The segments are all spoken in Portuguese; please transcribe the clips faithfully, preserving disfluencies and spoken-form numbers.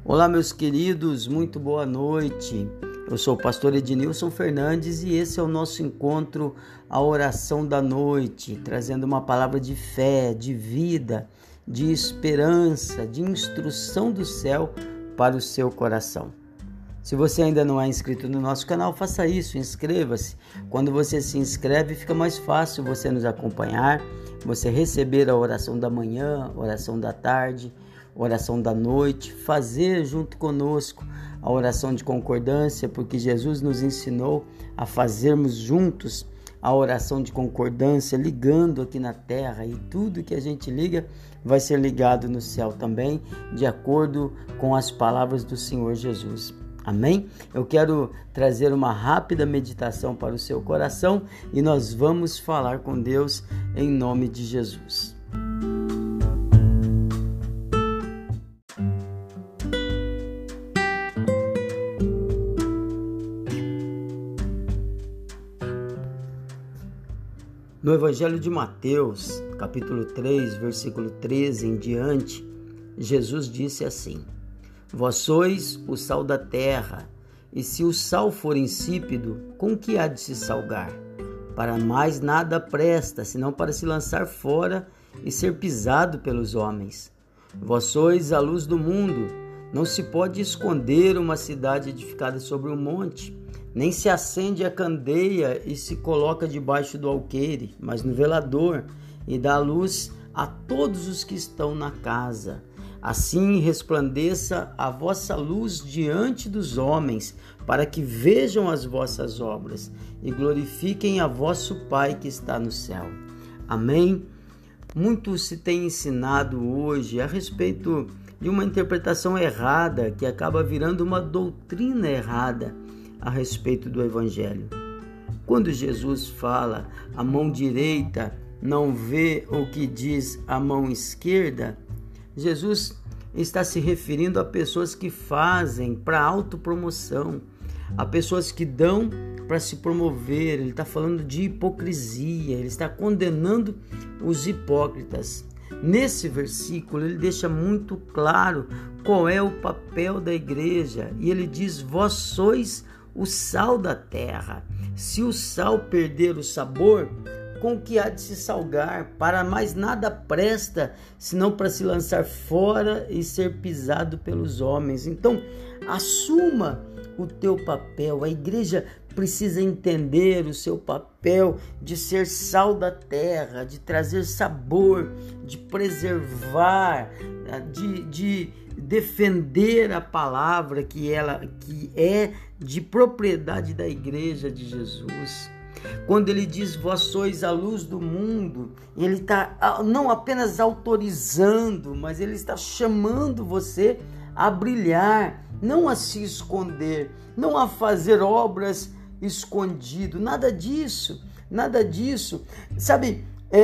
Olá, meus queridos, muito boa noite. Eu sou o pastor Ednilson Fernandes e esse é o nosso encontro, a oração da noite, trazendo uma palavra de fé, de vida, de esperança, de instrução do céu para o seu coração. Se você ainda não é inscrito no nosso canal, faça isso, inscreva-se. Quando você se inscreve, fica mais fácil você nos acompanhar, você receber a oração da manhã, oração da tarde, oração da noite, fazer junto conosco a oração de concordância, porque Jesus nos ensinou a fazermos juntos a oração de concordância, ligando aqui na terra, e tudo que a gente liga vai ser ligado no céu também, de acordo com as palavras do Senhor Jesus. Amém? Eu quero trazer uma rápida meditação para o seu coração e nós vamos falar com Deus em nome de Jesus. No Evangelho de Mateus, capítulo três, versículo treze em diante, Jesus disse assim: Vós sois o sal da terra, e se o sal for insípido, com que há de se salgar? Para mais nada presta, senão para se lançar fora e ser pisado pelos homens. Vós sois a luz do mundo. Não se pode esconder uma cidade edificada sobre um monte, nem se acende a candeia e se coloca debaixo do alqueire, mas no velador, e dá luz a todos os que estão na casa. Assim resplandeça a vossa luz diante dos homens, para que vejam as vossas obras e glorifiquem a vosso Pai que está no céu. Amém? Muito se tem ensinado hoje a respeito de uma interpretação errada, que acaba virando uma doutrina errada a respeito do Evangelho. Quando Jesus fala, a mão direita não vê o que diz a mão esquerda, Jesus está se referindo a pessoas que fazem para autopromoção, a pessoas que dão para se promover. Ele está falando de hipocrisia, ele está condenando os hipócritas. Nesse versículo ele deixa muito claro qual é o papel da igreja, e ele diz: vós sois o sal da terra. Se o sal perder o sabor, com que há de se salgar? Para mais nada presta, senão para se lançar fora e ser pisado pelos homens. Então, assuma o teu papel. A igreja precisa entender o seu papel de ser sal da terra, de trazer sabor, de preservar, de, de defender a palavra que, ela, que é de propriedade da igreja de Jesus. Quando ele diz, vós sois a luz do mundo, ele está não apenas autorizando, mas ele está chamando você a brilhar, não a se esconder, não a fazer obras escondido, nada disso, nada disso. Sabe,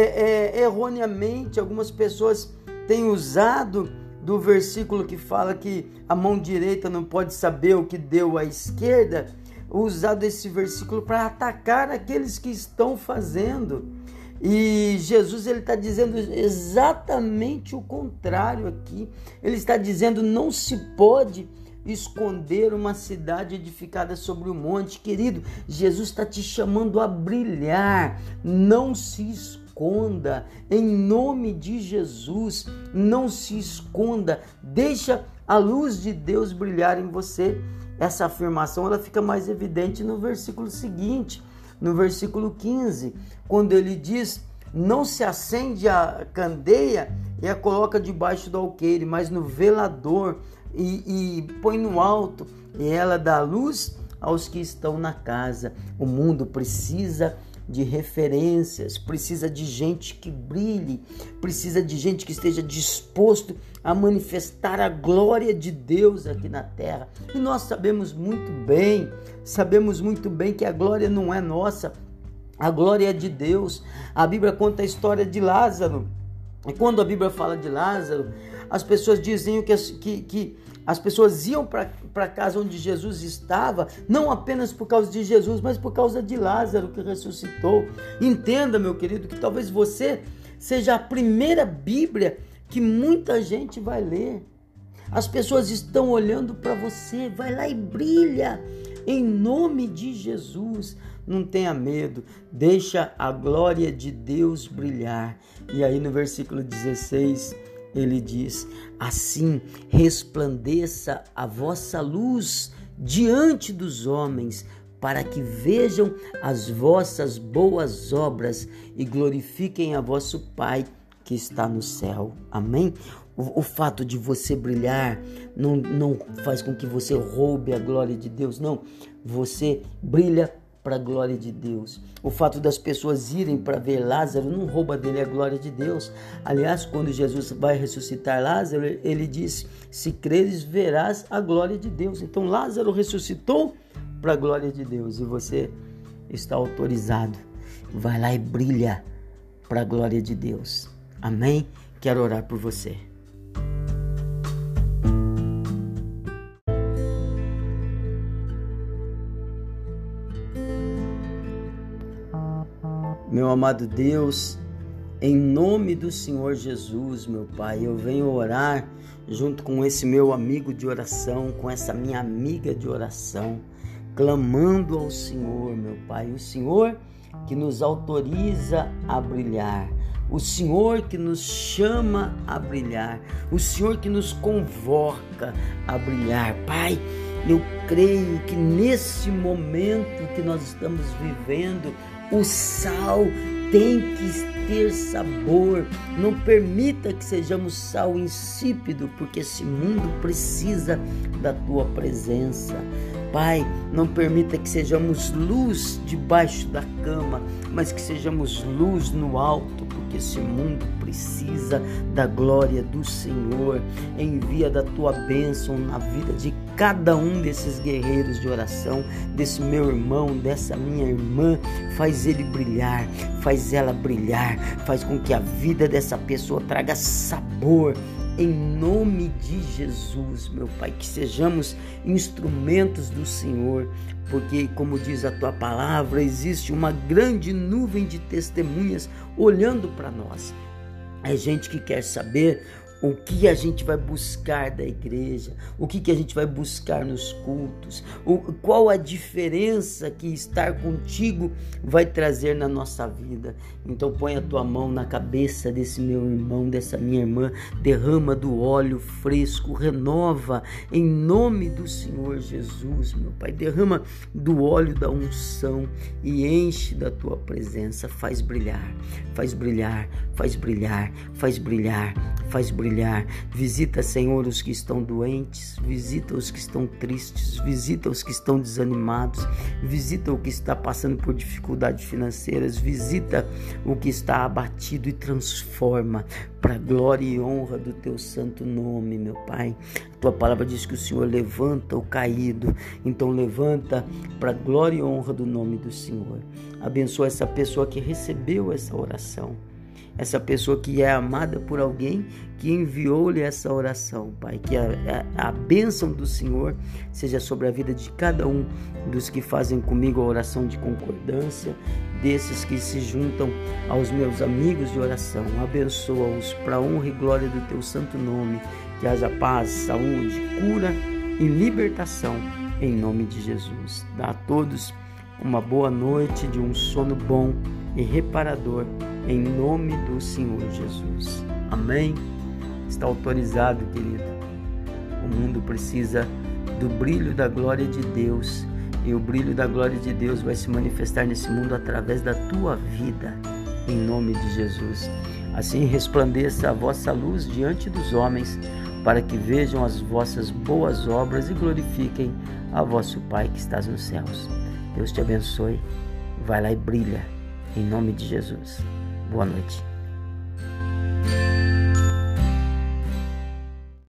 é, é, erroneamente, algumas pessoas têm usado do versículo que fala que a mão direita não pode saber o que deu à esquerda, usado esse versículo para atacar aqueles que estão fazendo. E Jesus ele está dizendo exatamente o contrário aqui. Ele está dizendo: não se pode esconder uma cidade edificada sobre o monte. Querido, Jesus está te chamando a brilhar. Não se esconda, em nome de Jesus. Não se esconda. Deixa a luz de Deus brilhar em você. Essa afirmação ela fica mais evidente no versículo seguinte, no versículo quinze, quando ele diz: não se acende a candeia e a coloca debaixo do alqueire, mas no velador, e, e põe no alto, e ela dá luz aos que estão na casa. O mundo precisa de referências, precisa de gente que brilhe, precisa de gente que esteja disposto a manifestar a glória de Deus aqui na terra. E nós sabemos muito bem, sabemos muito bem que a glória não é nossa, a glória é de Deus. A Bíblia conta a história de Lázaro, e quando a Bíblia fala de Lázaro, as pessoas diziam que, que, que as pessoas iam para a casa onde Jesus estava, não apenas por causa de Jesus, mas por causa de Lázaro que ressuscitou. Entenda, meu querido, que talvez você seja a primeira Bíblia que muita gente vai ler. As pessoas estão olhando para você. Vai lá e brilha. Em nome de Jesus. Não tenha medo. Deixa a glória de Deus brilhar. E aí no versículo dezesseis, ele diz: assim resplandeça a vossa luz diante dos homens, para que vejam as vossas boas obras e glorifiquem a vosso Pai que está no céu. Amém? O, o fato de você brilhar não, não faz com que você roube a glória de Deus, não. Você brilha para a glória de Deus. O fato das pessoas irem para ver Lázaro não rouba dele a glória de Deus. Aliás, quando Jesus vai ressuscitar Lázaro, ele diz: se creres, verás a glória de Deus. Então Lázaro ressuscitou para a glória de Deus e você está autorizado. Vai lá e brilha para a glória de Deus. Amém? Quero orar por você. Meu amado Deus, em nome do Senhor Jesus, meu Pai, eu venho orar junto com esse meu amigo de oração, com essa minha amiga de oração, clamando ao Senhor, meu Pai, o Senhor que nos autoriza a brilhar, o Senhor que nos chama a brilhar, o Senhor que nos convoca a brilhar. Pai, eu creio que nesse momento que nós estamos vivendo, o sal tem que ter sabor. Não permita que sejamos sal insípido, porque esse mundo precisa da tua presença. Pai, não permita que sejamos luz debaixo da cama, mas que sejamos luz no alto, porque esse mundo precisa da glória do Senhor. Envia da tua bênção na vida de cada um desses guerreiros de oração, desse meu irmão, dessa minha irmã. Faz ele brilhar, faz ela brilhar, faz com que a vida dessa pessoa traga sabor. Em nome de Jesus, meu Pai, que sejamos instrumentos do Senhor, porque, como diz a tua palavra, existe uma grande nuvem de testemunhas olhando para nós. É gente que quer saber o que a gente vai buscar da igreja, o que, que a gente vai buscar nos cultos, o, qual a diferença que estar contigo vai trazer na nossa vida. Então põe a tua mão na cabeça desse meu irmão, dessa minha irmã, derrama do óleo fresco, renova em nome do Senhor Jesus, meu Pai, derrama do óleo da unção e enche da tua presença, faz brilhar, faz brilhar, faz brilhar, faz brilhar, faz brilhar. Visita, Senhor, os que estão doentes, visita os que estão tristes, visita os que estão desanimados, visita o que está passando por dificuldades financeiras, visita o que está abatido e transforma para a glória e honra do teu santo nome, meu Pai. Tua palavra diz que o Senhor levanta o caído, então levanta para a glória e honra do nome do Senhor. Abençoa essa pessoa que recebeu essa oração, essa pessoa que é amada por alguém que enviou-lhe essa oração, Pai. Que a, a, a bênção do Senhor seja sobre a vida de cada um dos que fazem comigo a oração de concordância, desses que se juntam aos meus amigos de oração. Abençoa-os para a honra e glória do teu santo nome. Que haja paz, saúde, cura e libertação em nome de Jesus. Dá a todos uma boa noite, de um sono bom e reparador, em nome do Senhor Jesus. Amém? Está autorizado, querido. O mundo precisa do brilho da glória de Deus, e o brilho da glória de Deus vai se manifestar nesse mundo através da tua vida, em nome de Jesus. Assim resplandeça a vossa luz diante dos homens, para que vejam as vossas boas obras e glorifiquem a vosso Pai que estás nos céus. Deus te abençoe. Vai lá e brilha, em nome de Jesus. Boa noite.